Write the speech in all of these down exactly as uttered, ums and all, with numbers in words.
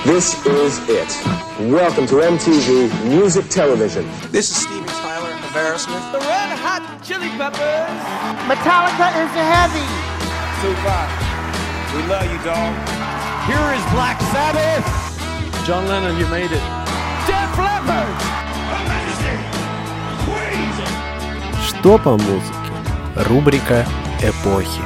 This is it. Welcome to эм ти ви Music Television. This is Steven Tyler of Aerosmith. The Red Hot Chili Peppers. Metallica is heavy. Tupac, we love you, dog. Here is Black Sabbath. John Lennon, you made it. Def Leppard. Что по музыке? Рубрика «Эпохи».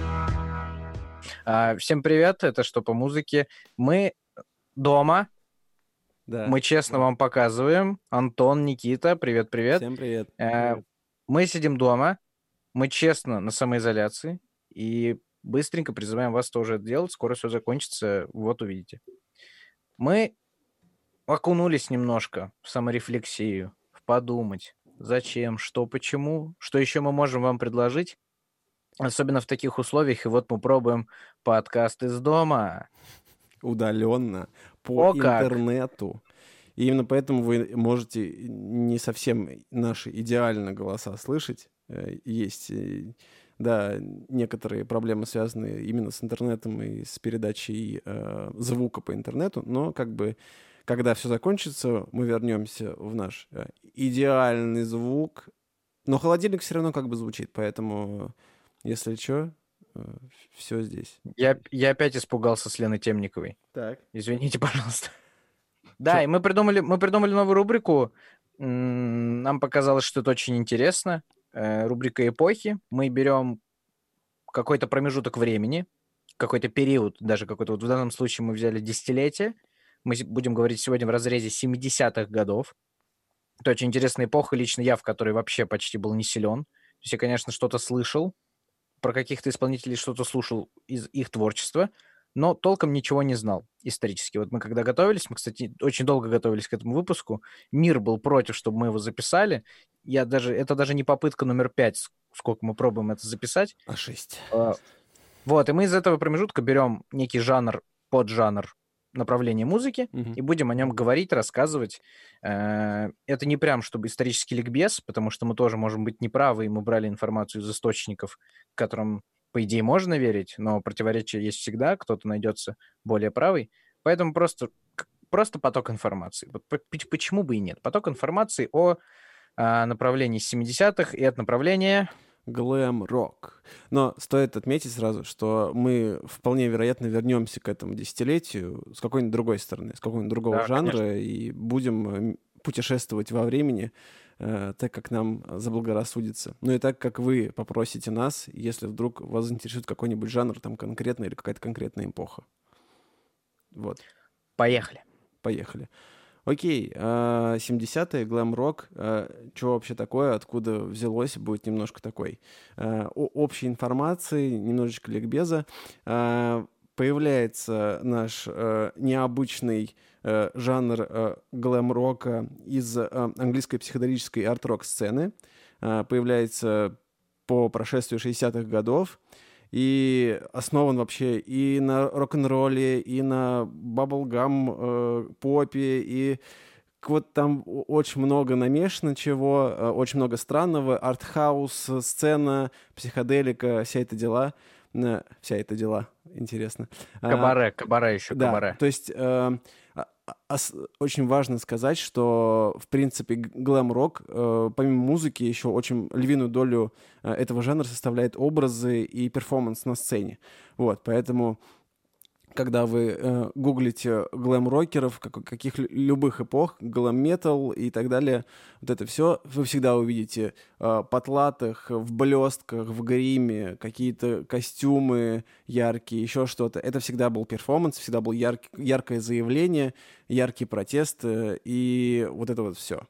А, всем привет, это «Что по музыке». Мы дома, Да. мы честно вам показываем. Антон, Никита, привет-привет. Всем привет. Э, мы сидим дома, мы честно на самоизоляции и быстренько призываем вас тоже это делать. Скоро все закончится, вот увидите. Мы окунулись немножко в саморефлексию, в подумать, зачем, что, почему, что еще мы можем вам предложить, особенно в таких условиях. И вот мы пробуем подкаст из дома. Удаленно, по О, как. интернету. И именно поэтому вы можете не совсем наши идеально голоса слышать. Э, Есть, э, да, некоторые проблемы, связанные именно с интернетом и с передачей э, звука по интернету, но как бы, когда все закончится, мы вернемся в наш э, идеальный звук, но холодильник все равно как бы звучит, поэтому, если что, все здесь. Я, я опять испугался с Леной Темниковой. Так. Извините, пожалуйста. Да, и мы придумали, мы придумали новую рубрику. М, Нам показалось, что это очень интересно. Э, Рубрика «Эпохи». Мы берем какой-то промежуток времени, какой-то период, даже какой-то. Вот в данном случае мы взяли десятилетие. Мы с- будем говорить сегодня в разрезе семидесятых годов. Это очень интересная эпоха, лично я, в которой вообще почти был не силен. То есть я, конечно, что-то слышал, про каких-то исполнителей что-то слушал из их творчества, но толком ничего не знал исторически. Вот мы когда готовились, мы, кстати, очень долго готовились к этому выпуску, мир был против, чтобы мы его записали. Я даже, это даже не попытка номер пять, с- сколько мы пробуем это записать. А шесть. А, Вот, и мы из этого промежутка берем некий жанр, поджанр направления музыки Мгм. и будем о нем говорить, рассказывать. Э, Это не прям, чтобы исторический ликбез, потому что мы тоже можем быть неправы, и мы брали информацию из источников, которым, по идее, можно верить, но противоречия есть всегда, кто-то найдется более правый. Поэтому просто, к- просто поток информации. Вот по- поч- почему бы и нет? Поток информации о а, направлении семидесятых и от направления... Глэм-рок. Но стоит отметить сразу, что мы вполне вероятно вернемся к этому десятилетию с какой-нибудь другой стороны, с какого-нибудь другого Да, жанра, конечно. и будем э, путешествовать во времени, э, так как нам заблагорассудится. Ну и так как вы попросите нас, если вдруг вас заинтересует какой-нибудь жанр там конкретно или какая-то конкретная эпоха. Вот. Поехали. Поехали. Окей, а, семидесятые, глэм-рок, что вообще такое, откуда взялось, будет немножко такой а, о- общей информации, немножечко ликбеза. А, Появляется наш а, необычный а, жанр а, глэм-рока из а, английской психоделической арт-рок сцены. А, Появляется по прошествию шестидесятых годов. И основан вообще и на рок-н-ролле, и на баблгам э, попе, и к- вот там о- очень много намешано чего, э, очень много странного, артхаус, э, сцена, психоделика, вся эта дела, Э, вся эта дела, интересно. А, Кабаре, кабаре еще, да, кабаре. то есть э, а- а- ос- очень важно сказать, что, в принципе, г- глэм-рок, э, помимо музыки, еще очень львиную долю э, этого жанра составляет образы и перформанс на сцене. Вот, поэтому, когда вы э, гуглите глэм-рокеров, как- каких лю- любых эпох, глэм-метал и так далее, вот это все, вы всегда увидите э, потлатых, в блестках, в гриме, какие-то костюмы яркие, еще что-то. Это всегда был перформанс, всегда был ярк- яркое заявление, яркий протест э, и вот это вот все.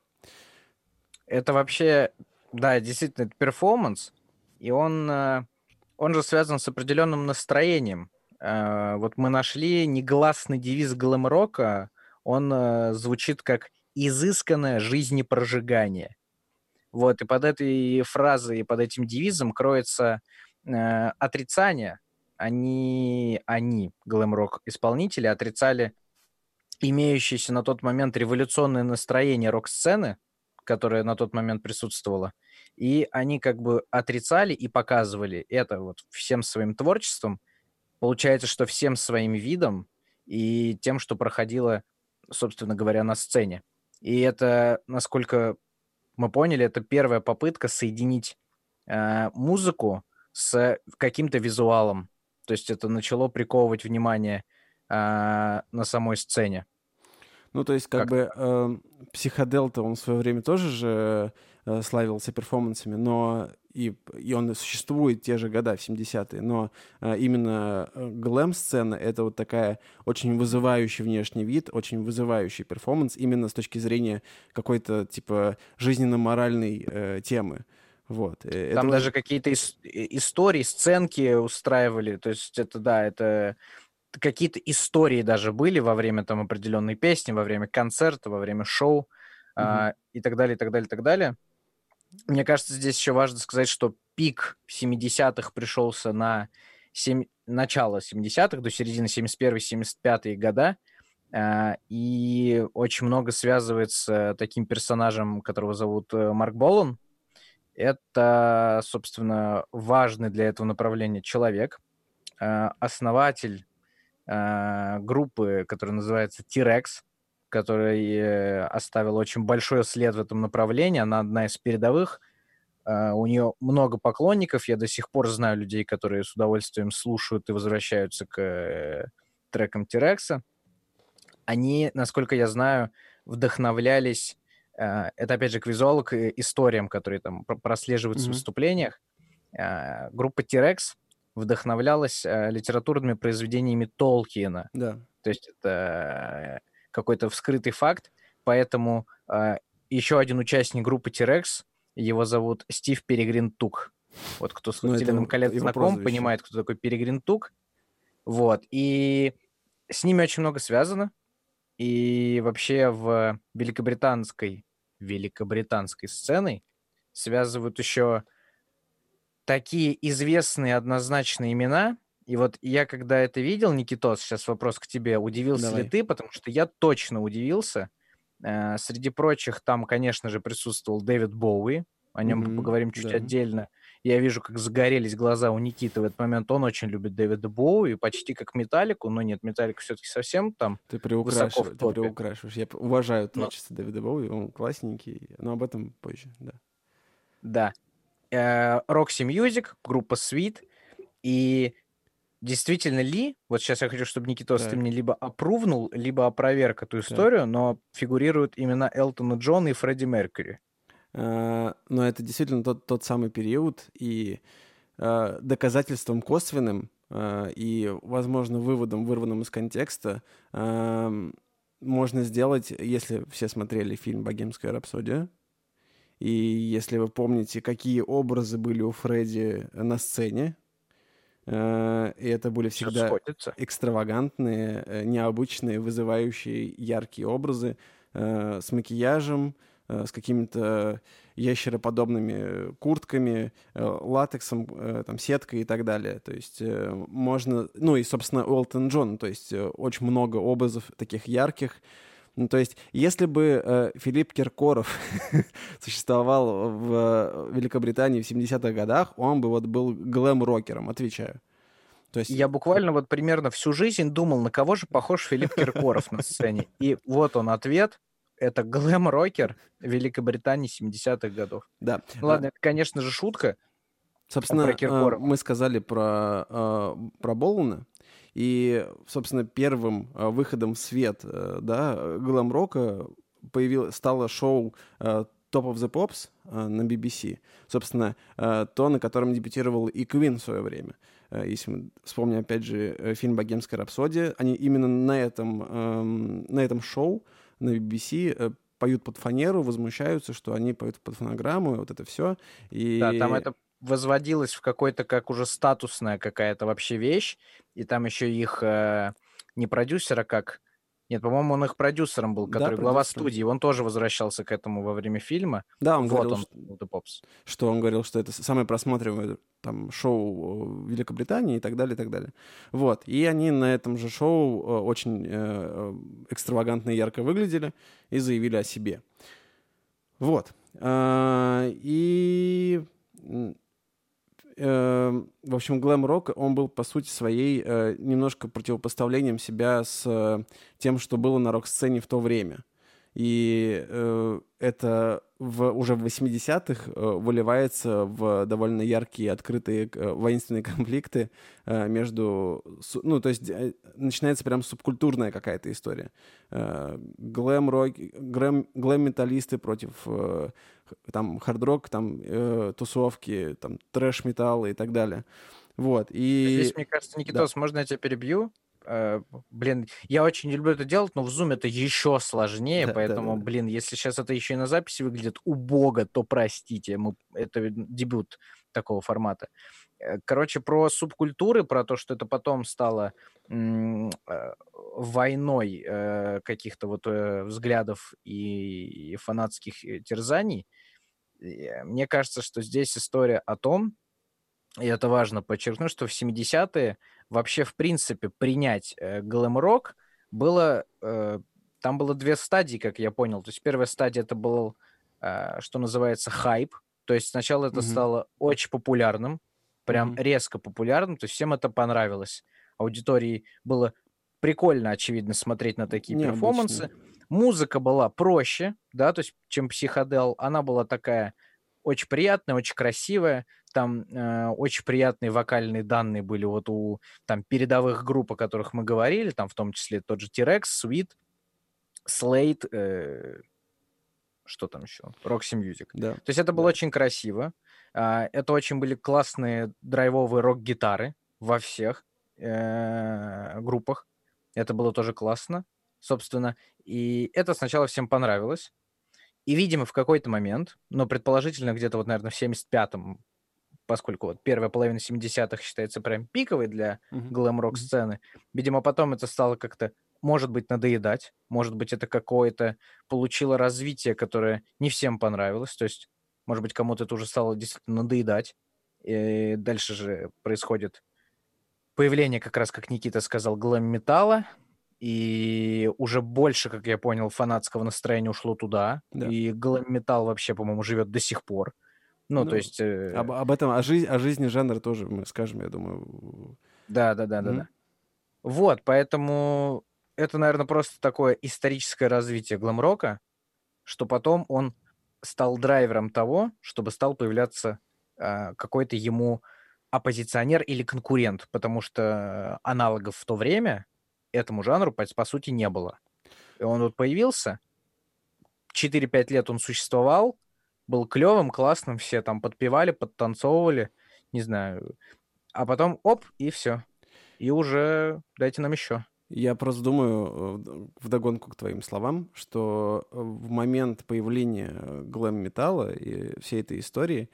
Это вообще, да, действительно, это перформанс, и он, э, он же связан с определенным настроением. Э, Вот мы нашли негласный девиз глэм-рока, он э, звучит как «изысканное жизнепрожигание». Вот, и под этой фразой, и под этим девизом кроется э, отрицание. Они, они, глэм-рок-исполнители, отрицали имеющееся на тот момент революционное настроение рок-сцены, которое на тот момент присутствовало, и они как бы отрицали и показывали это вот всем своим творчеством. Получается, что всем своим видом и тем, что проходило, собственно говоря, на сцене. И это, насколько мы поняли, это первая попытка соединить э, музыку с каким-то визуалом. То есть это начало приковывать внимание э, на самой сцене. Ну, то есть, как, как бы, э, Психодел-то он в свое время тоже же э, славился перформансами, но и, и он существует те же года, в семидесятые, но э, именно глэм-сцена — это вот такая очень вызывающий внешний вид, очень вызывающий перформанс именно с точки зрения какой-то, типа, жизненно-моральной э, темы. Вот. Там это даже уже... какие-то ис- истории, сценки устраивали, то есть это, да, это... Какие-то истории даже были во время там определенной песни, во время концерта, во время шоу mm-hmm. а, и так далее, и так далее, и так далее. Мне кажется, здесь еще важно сказать, что пик семидесятых пришелся на семь... начало семидесятых, до середины семьдесят первого семьдесят пятого года, а, и очень много связывается с таким персонажем, которого зовут Марк Болан. Это, собственно, важный для этого направления человек, а, основатель группы, которая называется T-Rex, которая оставила очень большой след в этом направлении. Она одна из передовых. У нее много поклонников. Я до сих пор знаю людей, которые с удовольствием слушают и возвращаются к трекам T-Rex. Они, насколько я знаю, вдохновлялись... Это, опять же, к визуалу, к историям, которые там прослеживаются mm-hmm. в выступлениях. Группа T-Rex вдохновлялась э, литературными произведениями Толкиена. Да. То есть это э, какой-то вскрытый факт. Поэтому э, еще один участник группы T-Rex, его зовут Стив Перегрин Тук. Вот кто с «Властелином колец» знаком, понимает, кто такой Перегрин Тук. Вот. И с ними очень много связано. И вообще в великобританской, великобританской сценой связывают еще такие известные однозначные имена. И вот я, когда это видел, Никитос, сейчас вопрос к тебе, удивился Давай. ли ты? Потому что я точно удивился. Э, среди прочих там, конечно же, присутствовал Дэвид Боуи. О нем mm-hmm. поговорим чуть да. отдельно. Я вижу, как загорелись глаза у Никиты в этот момент. Он очень любит Дэвида Боуи, почти как Металлику. Но нет, Металлика все-таки совсем там ты приукрашиваешь, ты приукрашиваешь. Я уважаю творчество но... Дэвида Боуи, он классненький, но об этом позже, да. Да. Roxy Music, группа Sweet, и действительно ли, вот сейчас я хочу, чтобы, Никитос, так. ты мне либо опрувнул, либо опроверг эту историю, так. но фигурируют имена Элтона Джона и Фредди Меркьюри. Uh, но это действительно тот, тот самый период, и uh, доказательством косвенным uh, и, возможно, выводом, вырванным из контекста, uh, можно сделать, если все смотрели фильм «Богемская рапсодия», и если вы помните, какие образы были у Фредди на сцене, э, и это были всегда экстравагантные, э, необычные, вызывающие яркие образы э, с макияжем, э, с какими-то ящероподобными куртками, э, латексом, э, там, сеткой и так далее. То есть э, можно... Ну и, собственно, Элтон Джон, то есть э, очень много образов таких ярких. Ну, то есть, если бы э, Филипп Киркоров существовал в Великобритании в семидесятых годах, он бы вот был глэм-рокером, отвечаю. То есть... Я буквально вот примерно всю жизнь думал, на кого же похож Филипп Киркоров на сцене. И вот он ответ. Это глэм-рокер Великобритании семидесятых годов. Да. Ладно, это, конечно же, шутка. Собственно, про мы сказали про, про Болана. И, собственно, первым э, выходом в свет э, да, глэм-рока появил, стало шоу э, Top of the Pops э, на би би си. Собственно, э, то, на котором дебютировал и Queen в свое время. Э, если мы вспомним, опять же, э, фильм «Богемская рапсодия», они именно на этом, э, на этом шоу на би би си э, поют под фанеру, возмущаются, что они поют под фонограмму, и вот это все. И... Да, там это возводилось в какой-то как уже статусная какая-то вообще вещь, и там еще их э, не продюсера как... Нет, по-моему, он их продюсером был, который да, глава студии. Он тоже возвращался к этому во время фильма. Да, он вот говорил, он, что, The Pops. что он говорил, что это самое просматриваемое там, шоу в Великобритании и так далее, и так далее. Вот. И они на этом же шоу очень э, экстравагантно и ярко выглядели и заявили о себе. Вот. И... э, в общем, глэм-рок, он был, по сути своей, э, немножко противопоставлением себя с э, тем, что было на рок-сцене в то время. И э, это в, уже в восьмидесятых э, выливается в довольно яркие, открытые э, воинственные конфликты э, между... Су, ну, то есть э, начинается прям субкультурная какая-то история. Э, глэм-рок, глэм, глэм-металлисты против э, там хард-рок, там э, тусовки, там трэш-металла и так далее. Вот, и... Здесь, мне кажется, Никитос, да. Можно я тебя перебью? Uh, блин, я очень не люблю это делать, но в Zoom это еще сложнее, да, поэтому, да, да. блин, если сейчас это еще и на записи выглядит убого, то простите, мы, это дебют такого формата. Короче, про субкультуры, про то, что это потом стало м- войной э, каких-то вот э, взглядов и, и фанатских терзаний, мне кажется, что здесь история о том, и это важно подчеркнуть, что в семидесятые вообще, в принципе, принять э, глэм-рок было... Э, там было две стадии, как я понял. То есть первая стадия — это был, э, что называется, хайп. То есть сначала это mm-hmm. стало очень популярным, прям mm-hmm. резко популярным. То есть всем это понравилось. Аудитории было прикольно, очевидно, смотреть на такие Необычно. перформансы. Музыка была проще, да, то есть чем психодел. Она была такая... очень приятная, очень красивая. Там э, очень приятные вокальные данные были вот у там, передовых групп, о которых мы говорили, там в том числе тот же T-Rex, Sweet, Slate, э, что там еще? Roxy Music. Да. То есть это было да. очень красиво. Э, это очень были классные драйвовые рок-гитары во всех э, группах. Это было тоже классно, собственно. И это сначала всем понравилось. И, видимо, в какой-то момент, ну, предположительно, где-то вот, наверное, в семьдесят пятом, поскольку вот первая половина семидесятых считается прям пиковой для uh-huh. глэм-рок-сцены, видимо, потом это стало как-то, может быть, надоедать, может быть, это какое-то получило развитие, которое не всем понравилось, то есть, может быть, кому-то это уже стало действительно надоедать. И дальше же происходит появление, как раз, как Никита сказал, глэм-металла, и уже больше, как я понял, фанатского настроения ушло туда. Да. И глэм-металл вообще, по-моему, живет до сих пор. Ну, ну то есть... Э... Об, об этом, о, жизни, о жизни жанра тоже мы скажем, я думаю. Да, да, да, mm-hmm. да, да. Вот, поэтому это, наверное, просто такое историческое развитие глэм-рока, что потом он стал драйвером того, чтобы стал появляться э, какой-то ему оппозиционер или конкурент, потому что аналогов в то время этому жанру, по, по сути, не было. И он вот появился, четыре-пять лет он существовал, был клевым, классным, все там подпевали, подтанцовывали, не знаю, а потом оп, и все. И уже дайте нам еще. Я просто думаю, вдогонку к твоим словам, что в момент появления глэм-металла и всей этой истории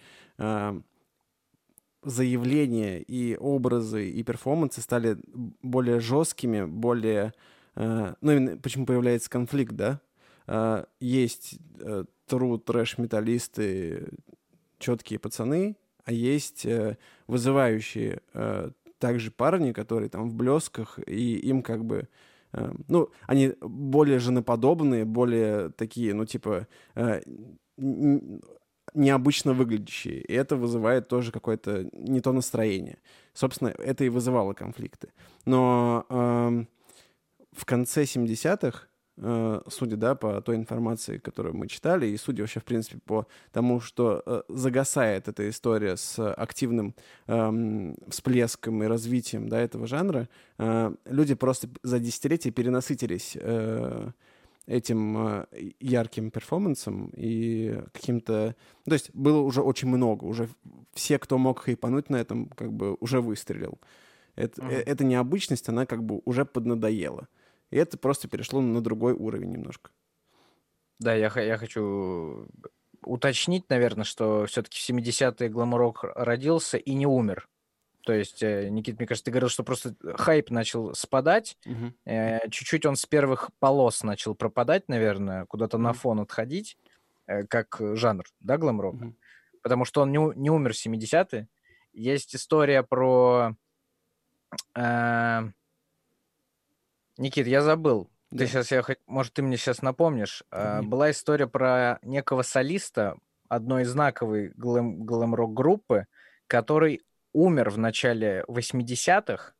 заявления и образы, и перформансы стали более жесткими, более... Э, ну, именно почему появляется конфликт, да? Э, есть э, true трэш-металлисты, четкие пацаны, а есть э, вызывающие э, также парни, которые там в блесках, и им как бы... Э, ну, они более женоподобные, более такие, ну, типа... Э, необычно выглядящие, и это вызывает тоже какое-то не то настроение. Собственно, это и вызывало конфликты. Но э, в конце семидесятых, э, судя, да, по той информации, которую мы читали, и судя вообще, в принципе, по тому, что э, загасает эта история с активным э, всплеском и развитием, да, этого жанра, э, люди просто за десятилетия перенасытились э, этим э, ярким перформансом и каким-то... То есть было уже очень много, уже все, кто мог хайпануть на этом, как бы уже выстрелил. Это, mm-hmm. Эта необычность, она как бы уже поднадоела. И это просто перешло на другой уровень немножко. Да, я, я хочу уточнить, наверное, что все-таки в семидесятые глэм-рок родился и не умер. То есть, Никит, мне кажется, ты говорил, что просто хайп начал спадать. Uh-huh. Э, чуть-чуть он с первых полос начал пропадать, наверное, куда-то uh-huh. на фон отходить, э, как жанр, да, глэм-рока? Uh-huh. Потому что он не, не умер в семидесятые. Есть история про... Э, Никит, я забыл. Да. Ты сейчас, я, может, ты мне сейчас напомнишь. Uh-huh. Э, была история про некого солиста одной знаковой глэм- глэм-рок группы, который умер в начале восьмидесятых,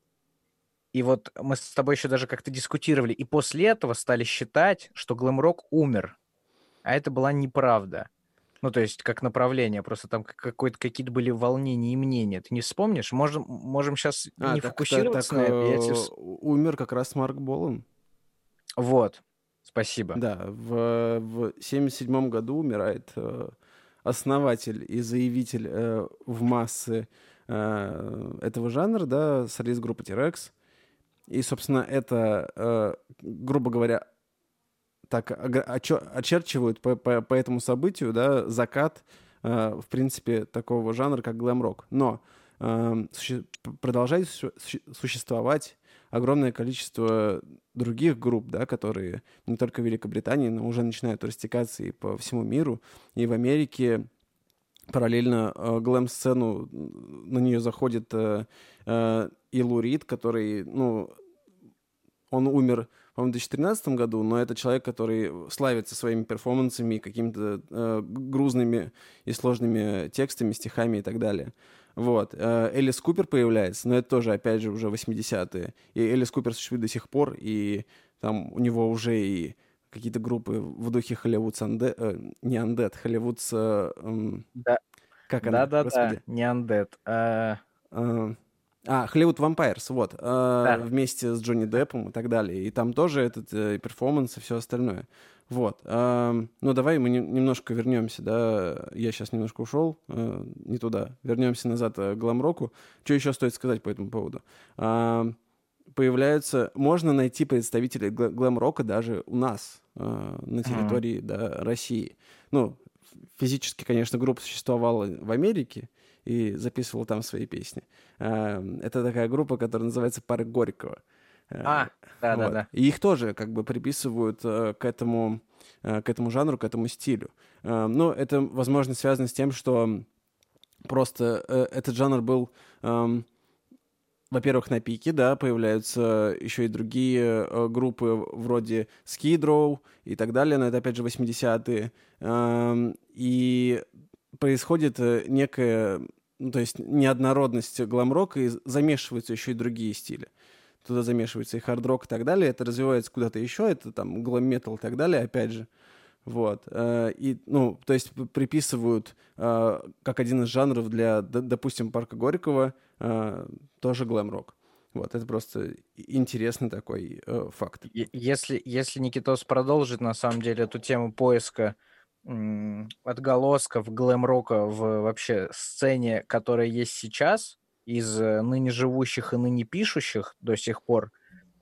и вот мы с тобой еще даже как-то дискутировали, и после этого стали считать, что глэм-рок умер. А это была неправда. Ну, то есть, как направление, просто там какой-то, какие-то были волнения и мнения. Ты не вспомнишь? Можем, можем сейчас А, не так, фокусироваться так, на это. Я тебе э, вс- умер как раз Марк Болан. Вот. Спасибо. Да, в, в семьдесят седьмом году умирает э, основатель и заявитель э, в массы э, этого жанра, да, солист группы T-Rex. И, собственно, это, э, грубо говоря, так ога- очё- очерчивают по, по, по этому событию, да, закат, э, в принципе, такого жанра, как глэм-рок. Но э, суще- продолжает су- су- существовать огромное количество других групп, да, которые не только в Великобритании, но уже начинают растекаться и по всему миру. И в Америке параллельно э, глэм-сцену, на нее заходит э, э, и Лу Рид, который, ну, он умер, по-моему, в две тысячи тринадцатом году, но это человек, который славится своими перформансами, какими-то э, грузными и сложными текстами, стихами и так далее. Вот. Э, Элис Купер появляется, но это тоже, опять же, уже восьмидесятые. И Элис Купер существует до сих пор, и там у него уже и какие-то группы в духе Hollywood's Undead, э, не Undead, Hollywood's... э, эм, Да. как она? Да-да-да, Господи. не Undead. А, Э, А, Hollywood Vampires, вот, э, Да. вместе с Джонни Деппом и так далее. И там тоже этот э, перформанс и все остальное. Вот. э, ну, давай мы не- немножко вернемся, да. Я сейчас немножко ушел э, не туда. Вернемся назад э, к глэм-року. Что еще стоит сказать по этому поводу? Э, появляются... Можно найти представителей глэ- глэм-рока даже у нас, э, на территории, да, России. Ну, физически, конечно, группа существовала в Америке и записывала там свои песни. Э, Это такая группа, которая называется «Пары Горького». Э, А, да-да-да. вот. И их тоже как бы приписывают э, к этому, э, к этому жанру, к этому стилю. Э, но это, возможно, связано с тем, что просто э, этот жанр был... эм, во-первых, на пике, да, появляются еще и другие э, группы вроде Skid Row и так далее, но это, опять же, восьмидесятые. Эм, и происходит э, некая, ну, то есть неоднородность глэм-рока, и замешиваются еще и другие стили. Туда замешивается и хард-рок и так далее, это развивается куда-то еще, это там глэм-метал и так далее, опять же. Вот. э, И, ну, то есть п- приписывают э, как один из жанров для, д- допустим, Парка Горького э, тоже глэм-рок. Вот, это просто и- интересный такой э, факт. Е- Если, если Никитос продолжит, на самом деле, эту тему поиска м, отголосков глэм-рока в вообще сцене, которая есть сейчас, из э, ныне живущих и ныне пишущих до сих пор,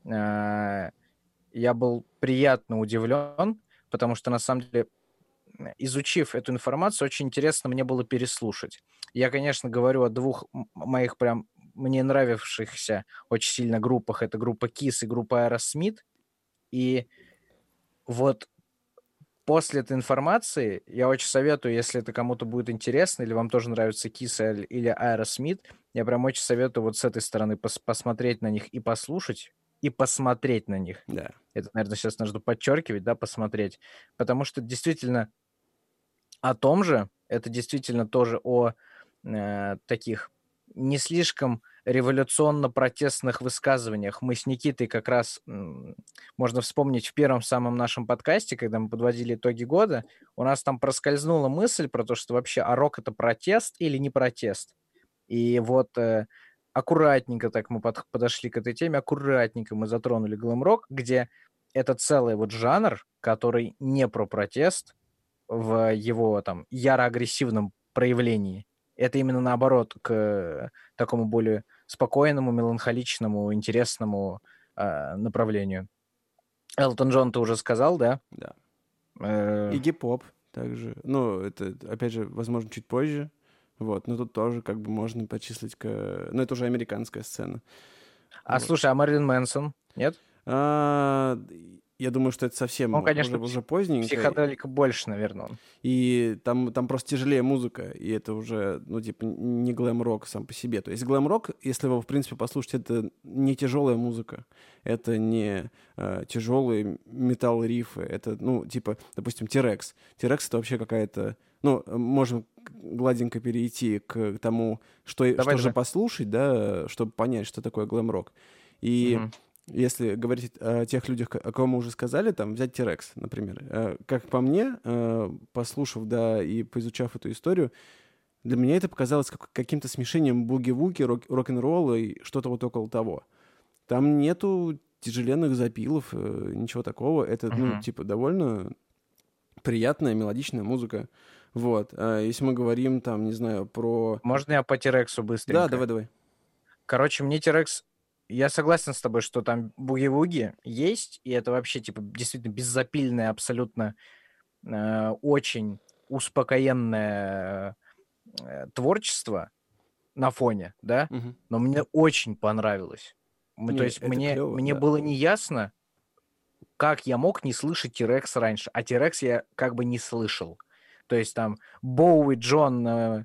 э, я был приятно удивлен, потому что, на самом деле, м, изучив эту информацию, очень интересно мне было переслушать. Я, конечно, говорю о двух м- моих прям мне нравившихся очень сильно группах. Это группа Kiss и группа Aerosmith. И вот после этой информации я очень советую, если это кому-то будет интересно, или вам тоже нравится Kiss или или Aerosmith, я прям очень советую вот с этой стороны пос- посмотреть на них и послушать, и посмотреть на них. Да. Это, наверное, сейчас нужно подчеркивать, да, посмотреть. Потому что действительно о том же, это действительно тоже о э, таких не слишком революционно-протестных высказываниях. Мы с Никитой как раз, м, можно вспомнить в первом самом нашем подкасте, когда мы подводили итоги года, у нас там проскользнула мысль про то, что вообще, а рок — это протест или не протест? И вот э, аккуратненько так мы под- подошли к этой теме, аккуратненько мы затронули глэм-рок, где это целый вот жанр, который не про протест в его там яро-агрессивном проявлении. Это именно наоборот к такому более спокойному, меланхоличному, интересному э, направлению. Элтон Джон ты уже сказал, да? Да. Э, И гип-поп также. Ну, это, опять же, возможно, чуть позже. Вот, но тут тоже как бы можно почислить к... Ну, это уже американская сцена. А Вот. слушай, а Мэрилин Мэнсон? Нет? А, я думаю, что это совсем Ну, конечно, уже, уже поздненько. психоделика больше, наверное. Он. И там, там просто тяжелее музыка, и это уже, ну, типа, не глэм-рок сам по себе. То есть глэм-рок, если его, в принципе, послушать, это не тяжелая музыка, это не э, тяжелые металл-рифы, это, ну, типа, допустим, T-Rex. T-Rex — это вообще какая-то... Ну, можем гладенько перейти к тому, что, Давай, что давай. же послушать, да, чтобы понять, что такое глэм-рок. И... Мгм. Если говорить о тех людях, о ком мы уже сказали, там, взять T-Rex, например. Э, Как по мне, э, послушав, да, и поизучав эту историю, для меня это показалось как- каким-то смешением буги-вуги, рок- рок-н-ролла и что-то вот около того. Там нету тяжеленных запилов, э, ничего такого. Это, ну, Мгм. типа, довольно приятная, мелодичная музыка. Вот. А если мы говорим, там, не знаю, про... Можно я по Тирексу быстренько? Да, давай, давай. Короче, мне Тирекс... Я согласен с тобой, что там буги-вуги есть, и это вообще, типа, действительно беззапильное, абсолютно э, очень успокоенное э, творчество на фоне, да? Мгм. Но мне очень понравилось. Мы- Не, то есть это мне, клёво, мне да. было неясно, как я мог не слышать Тирекс раньше. А Тирекс я как бы не слышал. То есть там Боуи, Джон, э,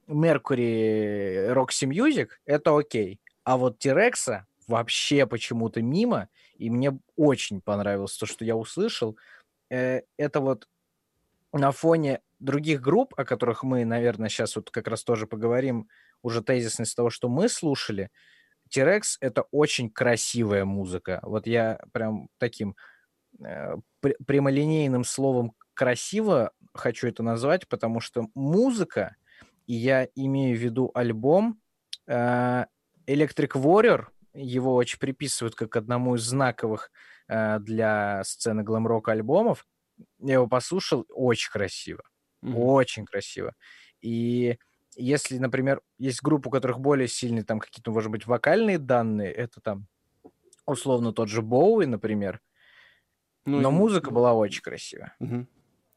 Меркури, Рокси Мьюзик — это окей. А вот Тирекса вообще почему-то мимо, и мне очень понравилось то, что я услышал. Э, это вот на фоне других групп, о которых мы, наверное, сейчас вот как раз тоже поговорим, уже тезисность того, что мы слушали, Тирекс — это очень красивая музыка. Вот я прям таким э, пр- прямолинейным словом «красиво» хочу это назвать, потому что музыка, и я имею в виду альбом, э, Electric Warrior, его очень приписывают как одному из знаковых э, для сцены глэм-рока альбомов. Я его послушал, очень красиво. Мгм. Очень красиво. И если, например, есть группы, у которых более сильные там какие-то, может быть, вокальные данные, это там условно тот же Боуи, например, Ну, но и- музыка была очень красивая. Мгм.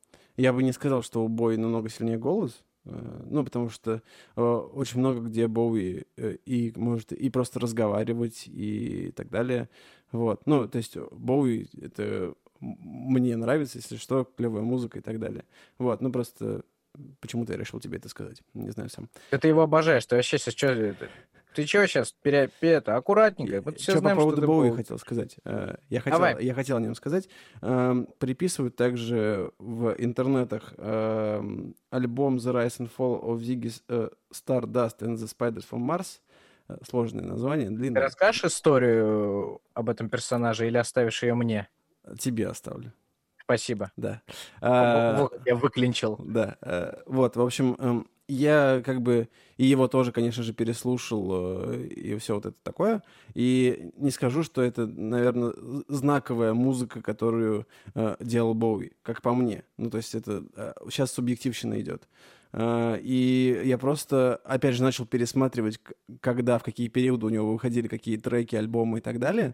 Я бы не сказал, что у Боуи намного сильнее голос, э, ну, потому что э, очень много где Боуи э, и может и просто разговаривать, и так далее. Вот. Ну, то есть Боуи — это м- мне нравится, если что, клевая музыка и так далее. Вот, ну, просто почему-то я решил тебе это сказать. Не знаю сам. Ты его обожаешь, ты вообще сейчас что... Ты чего сейчас? Пере, пере- это, аккуратненько. Мы все Что по знаем, поводу что ты Боуи Боуи. хотел сказать. Э, Я хотел, Давай. я хотел о нем сказать. Эм, Приписывают также в интернетах эм, альбом The Rise and Fall of Ziggy э, Stardust and the Spiders from Mars. Э, Сложное название, Ты длинное. расскажешь историю об этом персонаже или оставишь ее мне? Тебе оставлю. Спасибо. Да. Во- А, вот, я выклинчил. Да, э, вот, в общем, эм, я как бы и его тоже, конечно же, переслушал, э, и все вот это такое. И не скажу, что это, наверное, знаковая музыка, которую э, делал Боуи, как по мне. Ну, то есть это э, сейчас субъективщина идет. Э, И я просто, опять же, начал пересматривать, к- когда, в какие периоды у него выходили какие треки, альбомы и так далее.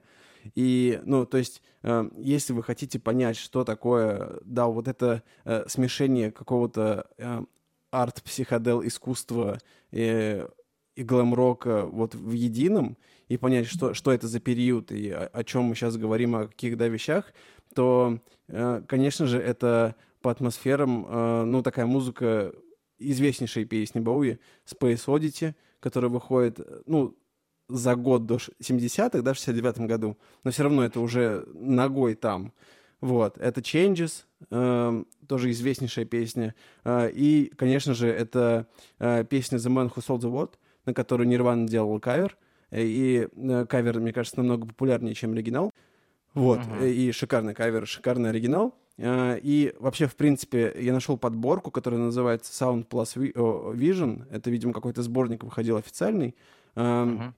И, ну, то есть, э, если вы хотите понять, что такое, да, вот это э, смешение какого-то э, арт-психодел искусства э, и глэм-рока вот в едином, и понять, что, что это за период, и о, о чем мы сейчас говорим, о каких, да, вещах, то, э, конечно же, это по атмосферам, э, ну, такая музыка известнейшей песни Боуи «Space Oddity», которая выходит, э, ну, за год до ш- семидесятых, да, в шестьдесят девятом году, но все равно это уже ногой там. Вот, это Changes, эм, тоже известнейшая песня. Э, и, конечно же, это э, песня The Man Who Sold the World, на которую Нирвана делала кавер. Э, И э, кавер, мне кажется, намного популярнее, чем оригинал. Вот, Мгм. э, и шикарный кавер, шикарный оригинал. Э, И вообще, в принципе, я нашел подборку, которая называется Sound Plus Vi- о, Vision. Это, видимо, какой-то сборник выходил официальный. Эм, Мгм.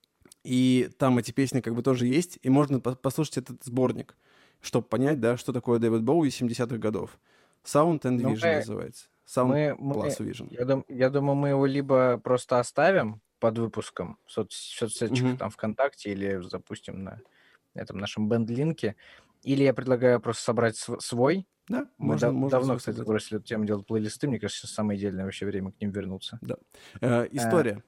И там эти песни как бы тоже есть, и можно по- послушать этот сборник, чтобы понять, да, что такое Дэвид Боуи семидесятых годов. Sound and Ну, Vision мы- называется. Sound Мы, мы- Plus Vision. я, дум- я думаю, мы его либо просто оставим под выпуском в соц- соцсетях, Мгм. там ВКонтакте, или запустим на этом нашем бенд-линке, или я предлагаю просто собрать св- свой. Да, Мы можно, да- можно давно, всё кстати, собрать. бросили эту тему делать плейлисты. Мне кажется, сейчас самое идеальное вообще время к ним вернуться. Да. Э, история.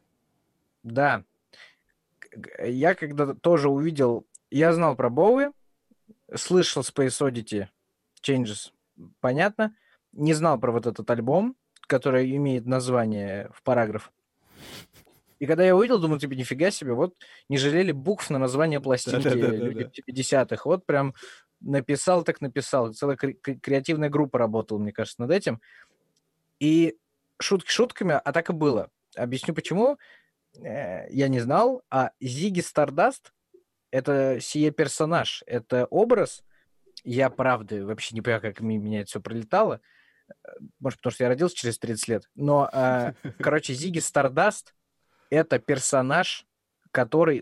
Да. К- г- Я когда тоже увидел... Я знал про Боуи, слышал Space Oddity Changes, понятно. Не знал про вот этот альбом, который имеет название в параграф. И когда я увидел, думаю, типа, нифига себе, вот не жалели букв на название пластинки люди в пятидесятых. Вот прям написал, так написал. Целая кре- креативная группа работала, мне кажется, над этим. И шутки шутками, а так и было. Объясню, почему. Э, Я не знал, а Зигги Стардаст — это сие персонаж, это образ. Я, правда, вообще не понимаю, как ми- меня это все пролетало. Э, Может, потому что я родился через тридцать лет. Но, э, короче, Зигги Стардаст — это персонаж, который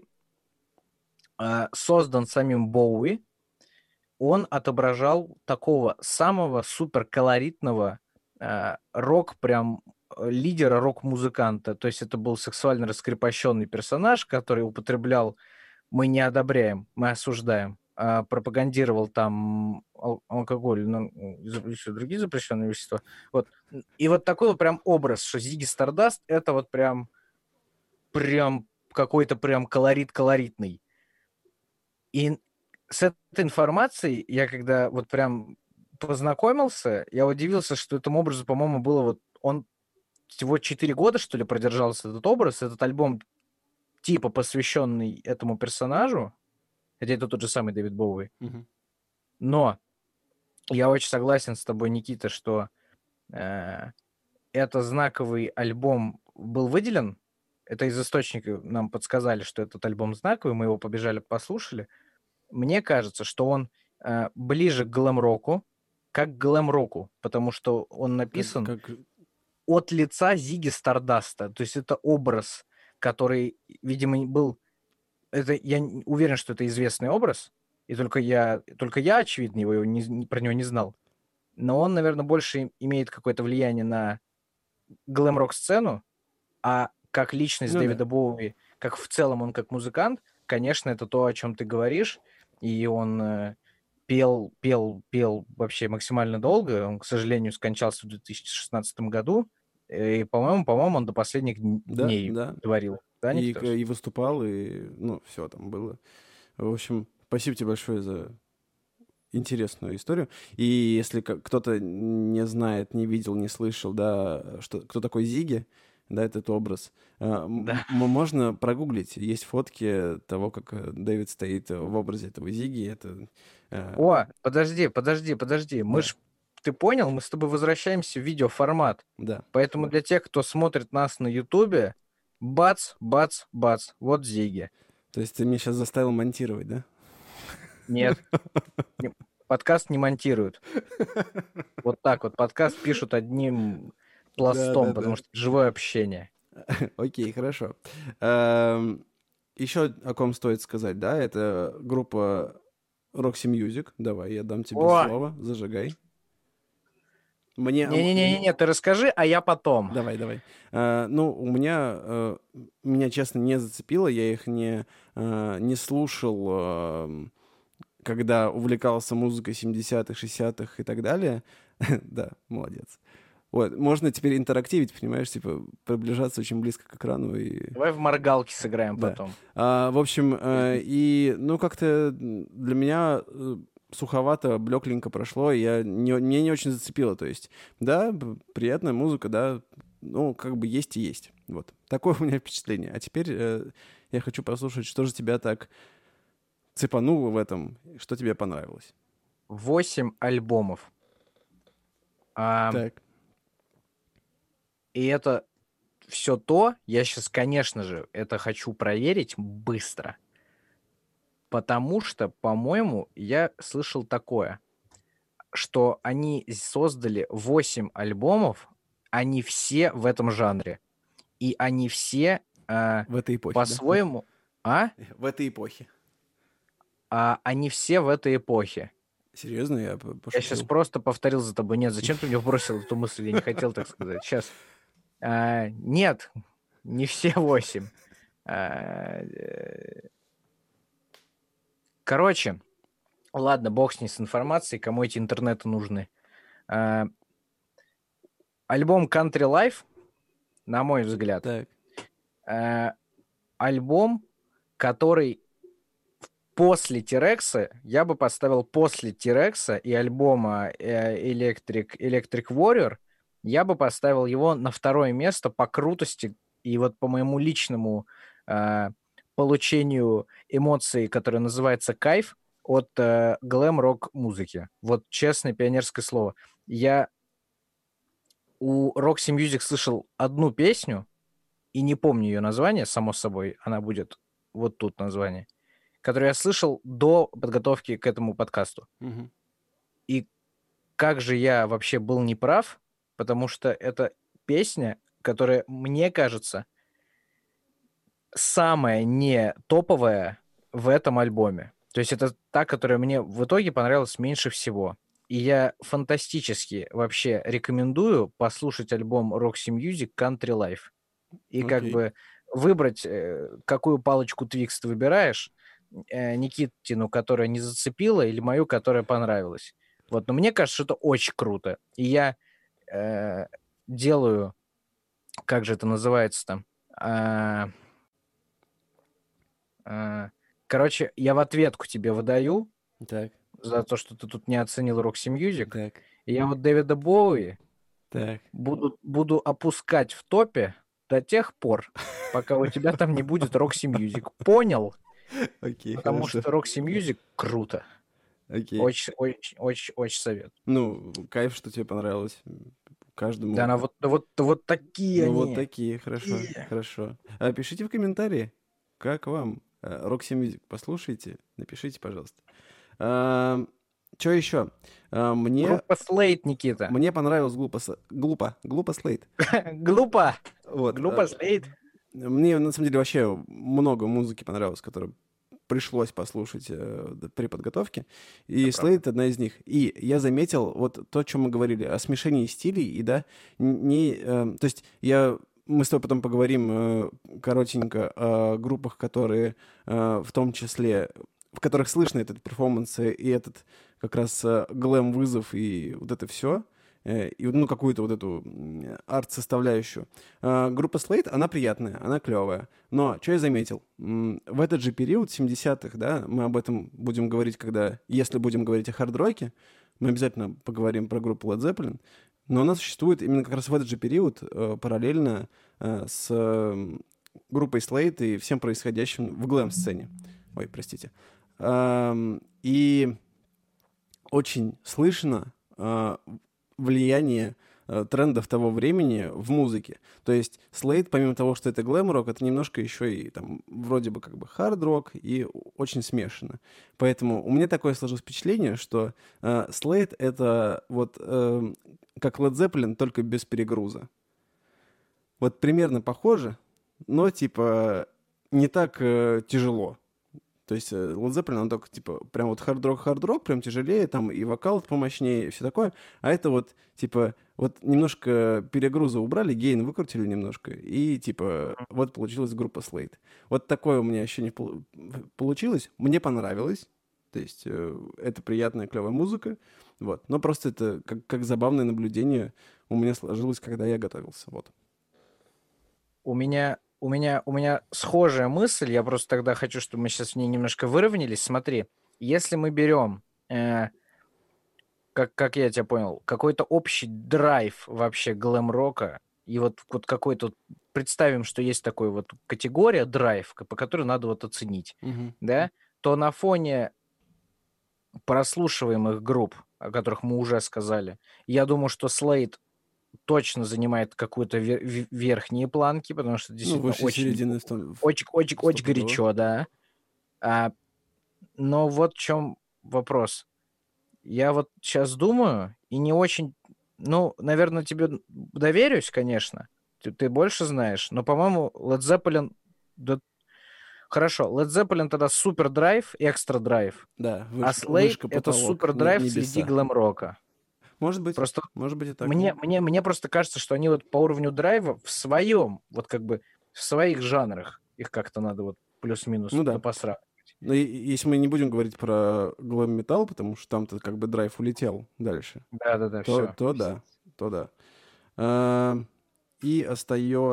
э, создан самим Боуи. Он отображал такого самого суперколоритного э, рок, прям э, лидера рок-музыканта. То есть это был сексуально раскрепощенный персонаж, который употреблял, мы не одобряем, мы осуждаем, а, пропагандировал там ал- алкоголь, ну, и за- еще другие запрещенные вещества. Вот. И вот такой вот прям образ, что Зигги Стардаст — это вот прям, прям какой-то прям колорит колоритный. И с этой информацией я когда вот прям познакомился, я удивился, что этому образу, по-моему, было вот... Он всего четыре года, что ли, продержался этот образ. Этот альбом типа посвященный этому персонажу. Хотя это тот же самый Дэвид Боуи. Мгм. Но я очень согласен с тобой, Никита, что э, это знаковый альбом был выделен. Это из источника нам подсказали, что этот альбом знаковый. Мы его побежали, послушали. Мне кажется, что он э, ближе к глэм-року, как к глэм-року, потому что он Как, написан как- от лица Зигги Стардаста. То есть это образ, который, видимо, был... Это, я н- уверен, что это известный образ, и только я, только я очевидно, его не, не- про него не знал. Но он, наверное, больше им- имеет какое-то влияние на глэм-рок-сцену, а как личность Ну да. Дэвида Боуи, как в целом он как музыкант, конечно, это то, о чем ты говоришь, и он э, пел, пел, пел вообще максимально долго. Он, к сожалению, скончался в две тысячи шестнадцатом году, и, по-моему, по-моему, он до последних дн- Да, дней да. творил. Да, И, Никитос? и выступал, и, ну, все там было. В общем, спасибо тебе большое за интересную историю. И если ка- кто-то не знает, не видел, не слышал, да, что, кто такой Зигги, да, этот образ, э, м- Да. м- можно прогуглить. Есть фотки того, как э, Дэвид стоит в образе этого Зигги. Это, э, О, подожди, подожди, подожди. Мы Да. ж, ты понял, мы с тобой возвращаемся в видеоформат. да. Поэтому для тех, кто смотрит нас на Ютубе, бац, бац, бац, вот Зиги. То есть ты меня сейчас заставил монтировать, да? Нет, не- подкаст не монтируют. Вот так вот, подкаст пишут одним пластом, Да-да-да. потому что это живое общение. Окей, хорошо. Эм, Еще о ком стоит сказать, да, это группа Roxy Music. Давай, я дам тебе О! слово, зажигай. Мне... Не-не-не, ты расскажи, а я потом. Давай, давай. Э, ну, у меня, э, меня, честно, не зацепило, я их не, э, не слушал, э, когда увлекался музыкой семидесятых, шестидесятых и так далее. Да, молодец. Вот, можно теперь интерактивить, понимаешь, типа приближаться очень близко к экрану и... Давай в моргалки сыграем Да. потом. А, в общем, э, и, ну, как-то для меня э, суховато, блекленько прошло, и я не, мне не очень зацепило, то есть, да, б- приятная музыка, да, ну, как бы есть и есть, вот. Такое у меня впечатление. А теперь э, я хочу послушать, что же тебя так цепануло в этом, что тебе понравилось. Восемь альбомов. А, Так, И это все то, я сейчас, конечно же, это хочу проверить быстро. Потому что, по-моему, я слышал такое, что они создали восемь альбомов, они все в этом жанре. И они все а, в этой эпохе, да? по-своему... А? В этой эпохе. А? Они все в этой эпохе. Серьезно, я п- Я сейчас пошутил. просто повторил за тобой. Нет, зачем ты мне бросил эту мысль? Я не хотел так сказать. Сейчас. А, нет, не все восемь. А, э, Короче, ладно, бог с ней с информацией, кому эти интернеты нужны. А, Альбом Country Life, на мой взгляд, Так, а, альбом, который после T-Rex я бы поставил после T-Rex и альбома э, Electric, Electric Warrior, я бы поставил его на второе место по крутости и вот по моему личному э, получению эмоций, которое называется кайф от э, глэм-рок музыки. Вот честное пионерское слово. Я у Roxy Music слышал одну песню, и не помню ее название, само собой, она будет вот тут название, которую я слышал до подготовки к этому подкасту. Мгм. И как же я вообще был неправ, потому что это песня, которая, мне кажется, самая не топовая в этом альбоме. То есть это та, которая мне в итоге понравилась меньше всего. И я фантастически вообще рекомендую послушать альбом Roxy Music Country Life. И как Окей. бы выбрать, э, какую палочку Twix ты выбираешь, э, Никитину, которая не зацепила, или мою, которая понравилась. Вот, но мне кажется, что это очень круто. И я э, делаю, как же это называется там? А, а, короче, я в ответку тебе выдаю Так, за то, что ты тут не оценил Roxy Music. так, И я вот Дэвида Боуи так. буду, буду опускать в топе до тех пор, пока у тебя там не будет Roxy Music. Понял? Окей, Потому хорошо. что Roxy Music круто. Окей. Очень, очень, очень, очень совет. Ну, кайф, что тебе понравилось. Каждому. Да, она вот, вот, вот такие Ну, вот они. такие, хорошо, Такие. хорошо. А пишите в комментарии, как вам э, Roxy Music. Послушайте, напишите, пожалуйста. Что еще? А, Мне, Группа Slate, Никита. мне понравилось глупо, с- глупо, глупо Слейт. Глупо. Вот. Глупо а, Slate. Мне, на самом деле, вообще много музыки понравилось, которую пришлось послушать э, д- при подготовке. И Это Slate — одна из них. И я заметил вот то, о чем мы говорили, о смешении стилей, и да, н- не... э, то есть я... Мы с тобой потом поговорим э, коротенько о группах, которые э, в том числе, в которых слышно этот перформанс и этот как раз э, глэм-вызов и вот это все, и ну, какую-то вот эту м, арт-составляющую. А, группа Slate, она приятная, она клевая. Но что я заметил? М, В этот же период, семидесятых, да, мы об этом будем говорить, когда, если будем говорить о хард-роке, мы обязательно поговорим про группу Led Zeppelin, но она существует именно как раз в этот же период, э, параллельно э, с э, группой Slate и всем происходящим в глэм-сцене. Ой, простите. Ам, И очень слышно э, влияние э, трендов того времени в музыке. То есть Slade, помимо того, что это глэм-рок, это немножко еще и там вроде бы как бы хард-рок и очень смешано. Поэтому у меня такое сложилось впечатление, что э, Slade — это вот э, как Led Zeppelin, только без перегруза. Вот примерно похоже, но типа не так э, тяжело. То есть э, Led Zeppelin, он только, типа, прям вот хард-рок-хард-рок, прям тяжелее, там и вокал помощнее, и все такое. А это вот, типа, вот немножко перегруза убрали, гейн выкрутили немножко, и, типа, вот получилась группа Slate. Вот такое у меня ощущение пол- получилось. Мне понравилось. То есть э, это приятная, клевая музыка. Вот. Но просто это как, как забавное наблюдение у меня сложилось, когда я готовился. Вот. У меня, у меня, у меня схожая мысль. Я просто тогда хочу, чтобы мы сейчас в ней немножко выровнялись. Смотри, если мы берем, э, как, как я тебя понял, какой-то общий драйв вообще глэм-рока, и вот, вот какой-то, представим, что есть такой вот категория драйв, по которой надо вот оценить, Мгм. да, то на фоне прослушиваемых групп, о которых мы уже сказали, я думаю, что Slade точно занимает какую-то ве- ве- верхние планки, потому что Ну, действительно выше очень, середины. сто- очень, очень, очень стопудово. горячо, да. А, но вот в чем вопрос. Я вот сейчас думаю и не очень, ну, наверное, тебе доверюсь, конечно. Ты, ты больше знаешь, но, по-моему, Led Zeppelin, да, хорошо, Led Zeppelin тогда супер драйв, экстра драйв, Да, а вышка, Slade вышка, это потолок, супер не- драйв среди небеса. глэм-рока. Может быть, Просто может быть и так. Мне, мне, мне просто кажется, что они вот по уровню драйва в своем, вот как бы в своих жанрах, их как-то надо вот плюс-минус Ну да. посравнивать. Но и- если мы не будем говорить про глэм-металл, потому что там-то как бы драйв улетел дальше, Да-да-да, то, все. то да, то да. А, и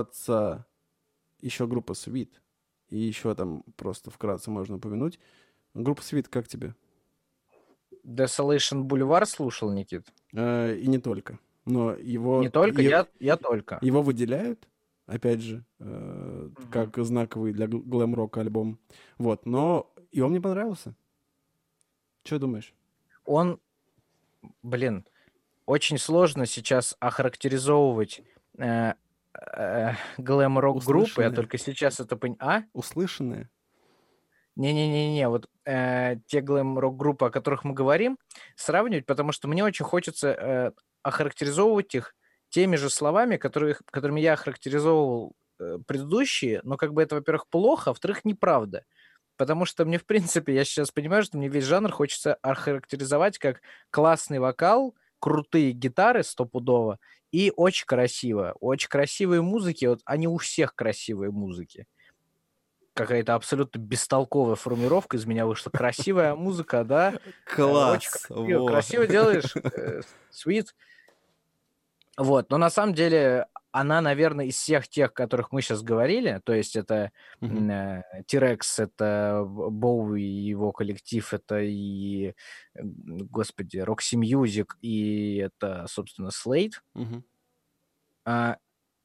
остается еще группа Sweet. И еще там просто вкратце можно упомянуть. Группа Свит, как тебе? Desolation Boulevard слушал, Никит? Э, и не только. Но его... Не только, е- я, я только. Его выделяют, опять же, э, как знаковый для гл- глэм-рока альбом. Вот, но и он мне понравился. Что думаешь? Он, блин, очень сложно сейчас охарактеризовывать э, э, глэм-рок группы, я Услышанное. только сейчас это понял. А? Услышанное? Не-не-не-не, вот э, те глэм-рок группы, о которых мы говорим, сравнивать, потому что мне очень хочется э, охарактеризовывать их теми же словами, которые, которыми я охарактеризовывал э, предыдущие, но как бы это, во-первых, плохо, а во-вторых, неправда. Потому что мне, в принципе, я сейчас понимаю, что мне весь жанр хочется охарактеризовать как классный вокал, крутые гитары стопудово и очень красиво. Очень красивые музыки, вот они у всех красивые музыки. Какая-то абсолютно бестолковая формулировка из меня вышла. Красивая музыка, да? Э, Очень красиво, Во. красиво делаешь, э, sweet. Вот, но на самом деле она, наверное, из всех тех, о которых мы сейчас говорили, то есть это Мгм. э, T-Rex, это Боуи и его коллектив, это и, э, господи, Roxy Music, и это, собственно, Slade. Мгм. А,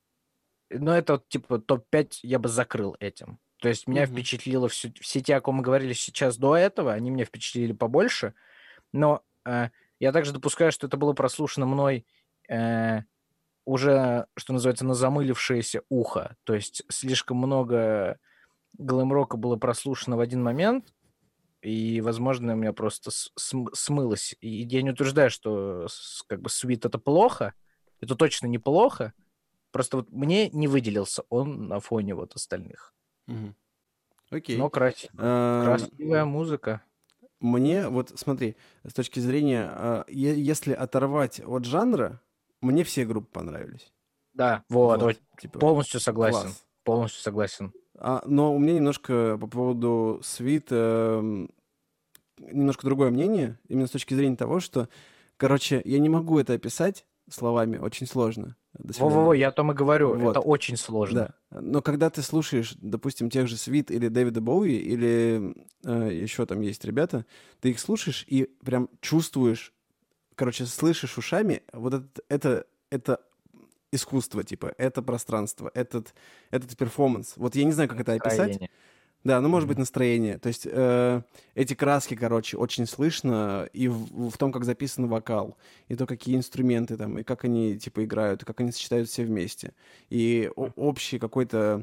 но это вот, типа топ пять я бы закрыл этим. То есть меня Мгм. впечатлило все, все те, о ком мы говорили сейчас до этого, они меня впечатлили побольше, но э, я также допускаю, что это было прослушано мной э, уже, что называется, на замылившееся ухо. То есть слишком много глэм-рока было прослушано в один момент, и, возможно, у меня просто с- см- смылось. И я не утверждаю, что с- как бы Sweet это плохо, это точно неплохо, просто вот мне не выделился он на фоне вот остальных. Мгм. Окей. Но красиво. Эм, Красивая музыка. Мне, вот смотри, с точки зрения, а, е- если оторвать от жанра, мне все группы понравились. Да, вот, Вот, вот, типа, полностью согласен. класс. Полностью согласен. А, но у меня немножко по поводу Sweet эм, немножко другое мнение, именно с точки зрения того, что, короче, я не могу это описать словами, очень сложно. До свидания. Во-во-во, я о том и говорю, Вот. это очень сложно. Да. Но когда ты слушаешь, допустим, тех же Свит или Дэвида Боуи, или э, еще там есть ребята, ты их слушаешь и прям чувствуешь, короче, слышишь ушами, вот это, это, это искусство, типа, это пространство, этот, этот перформанс. Вот я не знаю, как это описать. Настроение. Да, ну, может быть, настроение. То есть э, эти краски, короче, очень слышно и в, в том, как записан вокал, и то, какие инструменты там, и как они, типа, играют, и как они сочетают все вместе. И о- общее какое-то,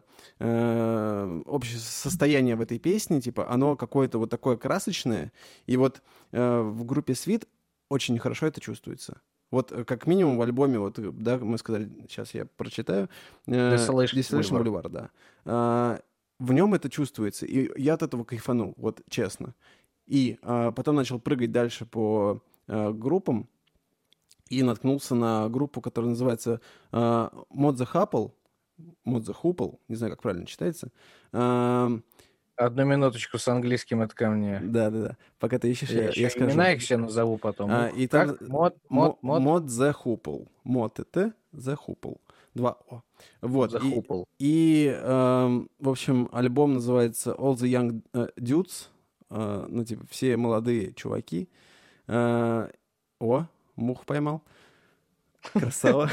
э, общее состояние в этой песне, типа, оно какое-то вот такое красочное. И вот э, в группе Sweet очень хорошо это чувствуется. Вот э, как минимум в альбоме, вот, э, да, мы сказали, сейчас я прочитаю. э, Desolation Desolation Boulevard. Boulevard, да. А, в нем это чувствуется, и я от этого кайфанул, вот честно. И а, потом начал прыгать дальше по а, группам и наткнулся на группу, которая называется а, Mod the Hupple, Mod the Hupple, не знаю, как правильно читается. А, Одну минуточку с английским это ко мне. Да-да-да, пока ты ищешь, Я, я, еще я скажу. имена их все назову потом. А, Ну, и как? там Мод, мод, мод, Mod the Hupple, Mod это the Hupple, два О. Вот. The и- Hupple. И, эм, в общем, альбом называется All the Young э, Dudes. Э, ну, типа, все молодые чуваки. Э, о, мух поймал. Красава.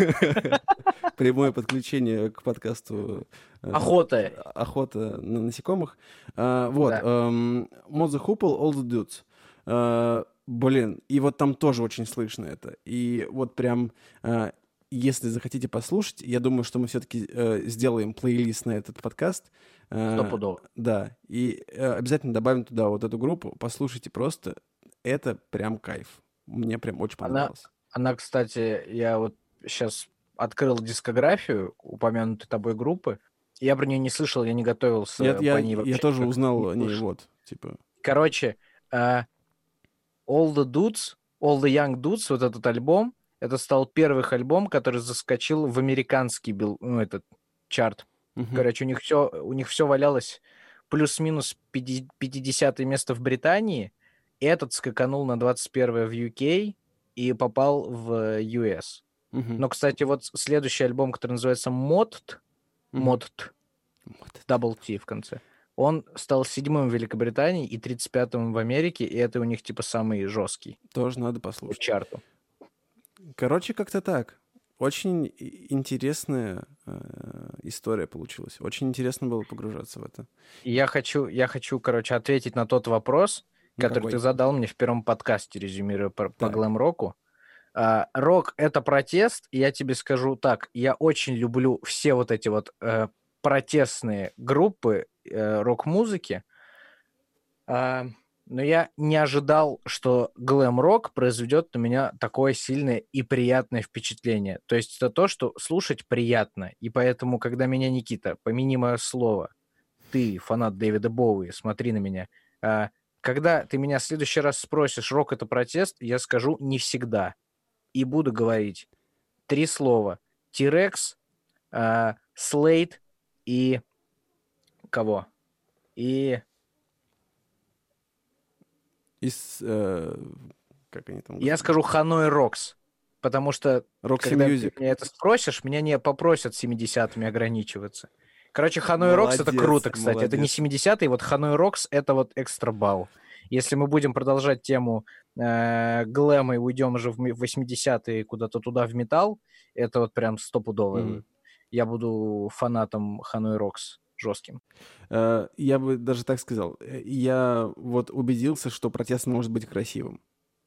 Прямое подключение к подкасту. э, Охота. Охота на насекомых. Э, вот. Да. эм, Mod the Hupple, All the Dudes. Э, Блин, и вот там тоже очень слышно это. И вот прям... э, Если захотите послушать, я думаю, что мы все-таки э, сделаем плейлист на этот подкаст. Э, Стопудово. Да, и э, обязательно добавим туда вот эту группу. Послушайте просто. Это прям кайф. Мне прям очень Она- понравилось. Она, кстати, я вот сейчас открыл дискографию упомянутой тобой группы. Я про нее не слышал, я не готовился Я, по я, ней я вообще тоже никак узнал не о ней, слушал. вот, типа... Короче, э, All the Dudes, All the Young Dudes, вот этот альбом, это стал первый их альбом, который заскочил в американский бил, ну, этот чарт. мгм. Короче, у них все, у них все валялось плюс-минус пяти- пятидесятое место в Британии. Этот скаканул на двадцать первое в ю кей и попал в ю эс. Мгм. Но, кстати, вот следующий альбом, который называется Modded, Мгм. Modded, Double T в конце. Он стал седьмым в Великобритании и тридцать пятым в Америке, и это у них типа самый жесткий Тоже надо по послушать. чарту. Короче, как-то так. Очень и- интересная э, история получилась. Очень интересно было погружаться в это. И я хочу, я хочу, короче, ответить на тот вопрос, Ну, который какой? ты задал мне в первом подкасте, резюмируя по, по Так. глэм-року. А, рок — это протест, и я тебе скажу так, я очень люблю все вот эти вот э, протестные группы э, рок-музыки, а, но я не ожидал, что глэм-рок произведет на меня такое сильное и приятное впечатление. То есть это то, что слушать приятно, и поэтому, когда меня Никита, помяни мое слово, ты, фанат Дэвида Боуи, смотри на меня, а, когда ты меня в следующий раз спросишь, рок — это протест, я скажу не всегда. И буду говорить три слова. T-Rex, а, Slade и... Кого? И... Из, э, как они там? Я скажу Ханой Рокс. Потому что, Roxy когда Music. ты меня это спросишь, меня не попросят семидесятыми ограничиваться. Короче, Ханой Рокс — это Молодец, круто, кстати. Это не молодец. семидесятые, вот Ханой Рокс — это вот экстра бал. Если мы будем продолжать тему э, глэма и уйдем уже в ми- восьмидесятые куда-то туда, в металл, это вот прям стопудово. Мгм. Я буду фанатом Ханой Рокс жестким. Э, Я бы даже так сказал. Э, Я вот убедился, что протест может быть красивым.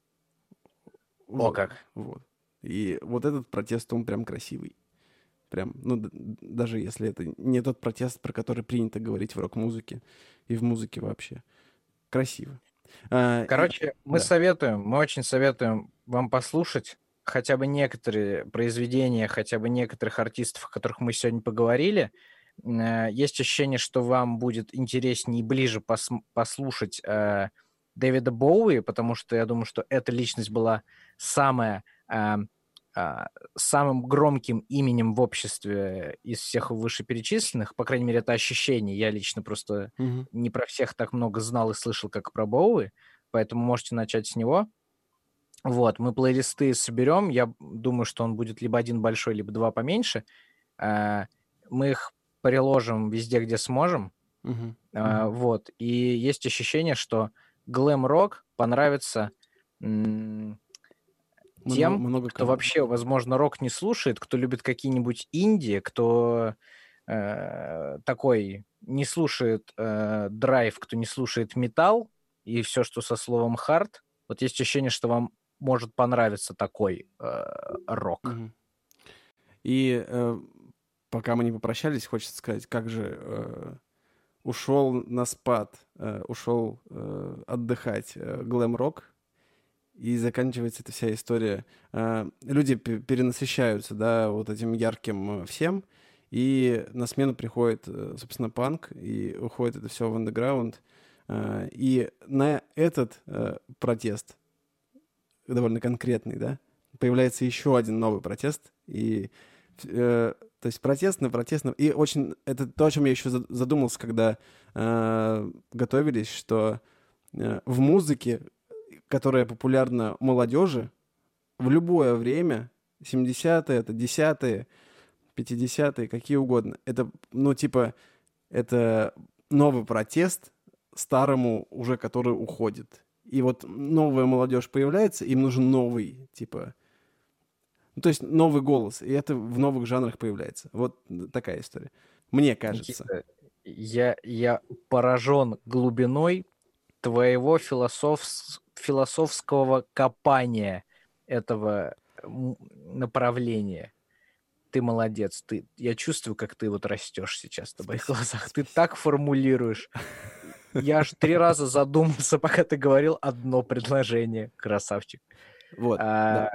О, Вот, как. Вот. И вот этот протест, он прям красивый. Прям, ну, д- даже если это не тот протест, про который принято говорить в рок-музыке и в музыке вообще. Красиво. А, и- Короче, мы да. советуем, мы очень советуем вам послушать хотя бы некоторые произведения, хотя бы некоторых артистов, о которых мы сегодня поговорили. Э, Есть ощущение, что вам будет интереснее и ближе пос- послушать э, Дэвида Боуи, потому что я думаю, что эта личность была самая, э, э, самым громким именем в обществе из всех вышеперечисленных. По крайней мере, это ощущение. Я лично просто Мгм. не про всех так много знал и слышал, как про Боуи, поэтому можете начать с него. Вот, мы плейлисты соберем. Я думаю, что он будет либо один большой, либо два поменьше. А, Мы их приложим везде, где сможем. Мгм. А, Вот. И есть ощущение, что глэм-рок понравится м, Мно- тем, много кто кому. вообще, возможно, рок не слушает, кто любит какие-нибудь инди, кто э, такой не слушает э, драйв, кто не слушает металл и все, что со словом хард. Вот есть ощущение, что вам может понравиться такой э, рок. Мгм. И э, пока мы не попрощались, хочется сказать, как же э, ушел на спад, э, ушел э, отдыхать э, глэм-рок, и заканчивается эта вся история. Э, люди пе- перенасыщаются, да, вот этим ярким э, всем, и на смену приходит, э, собственно, панк, и уходит это все в андеграунд. Э, и на этот э, протест, довольно конкретный, да, появляется еще один новый протест, и э, то есть протест на протест, на- и очень, это то, о чем я еще за- задумался, когда э, готовились, что э, в музыке, которая популярна молодежи, в любое время, семидесятые, это десятые, пятидесятые, какие угодно, это, ну, типа, это новый протест старому уже, который уходит. И вот новая молодежь появляется, им нужен новый, типа, ну, то есть новый голос, и это в новых жанрах появляется. Вот такая история. Мне кажется. Никита, я, я поражен глубиной твоего философс- философского копания этого м, направления. Ты молодец. Ты, я чувствую, как ты вот растешь сейчас на моих глазах. Ты так формулируешь. Я аж три раза задумался, пока ты говорил одно предложение. Красавчик. Вот, да.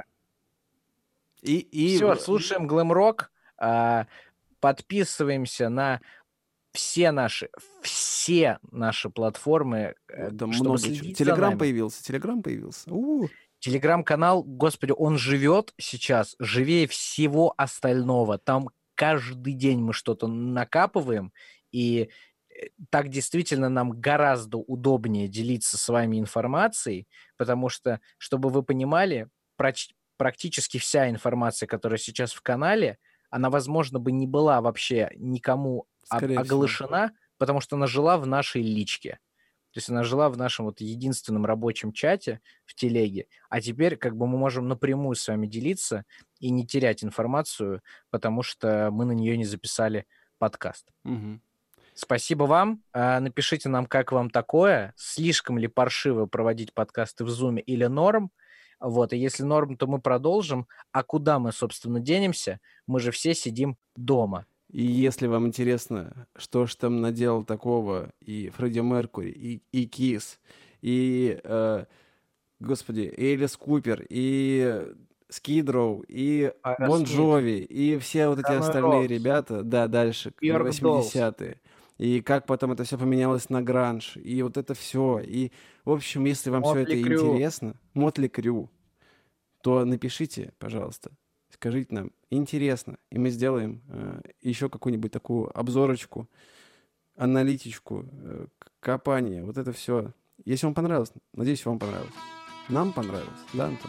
И, и Все, в- слушаем глэм-рок. а, Подписываемся на все наши, все наши платформы, э, там чтобы много чего. следить за Телеграм нами. появился, Телеграм появился. У, Телеграм-канал, господи, он живет сейчас, живее всего остального. Там каждый день мы что-то накапываем, и э, так действительно нам гораздо удобнее делиться с вами информацией, потому что, чтобы вы понимали, прач- практически вся информация, которая сейчас в канале, она, возможно, бы не была вообще никому об- Скорее всего. оглашена, потому что она жила в нашей личке. То есть она жила в нашем вот единственном рабочем чате в телеге, а теперь как бы мы можем напрямую с вами делиться и не терять информацию, потому что мы на нее не записали подкаст. Мгм. Спасибо вам. А, Напишите нам, как вам такое. Слишком ли паршиво проводить подкасты в Zoom или норм? Вот, и если норм, то мы продолжим. А куда мы, собственно, денемся? Мы же все сидим дома. И если вам интересно, что ж там наделал такого и Фредди Меркури, и, и Кис, и, э, господи, и Элис Купер, и Скид Роу, и Аэросмит. Бон Джови, и все вот эти Guns N' остальные Roses. ребята, да, дальше, Björk восьмидесятые. И как потом это все поменялось на гранж, и вот это все. И, в общем, если вам все это Motley Crue. интересно, Мотли Крю, то напишите, пожалуйста. Скажите нам, интересно, и мы сделаем э, еще какую-нибудь такую обзорочку, аналитичку, э, к- копание, вот это все. Если вам понравилось, надеюсь, вам понравилось. Нам понравилось, да, Антон?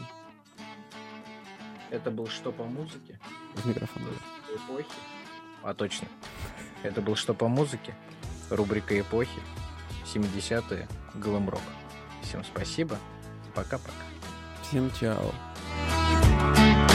Это был «Что по музыке?» В микрофон. Эпохи. А, точно. Это был «Что по музыке?» Рубрика «Эпохи». семидесятые. Глэм-рок. Всем спасибо. Пока-пока. Всем чао.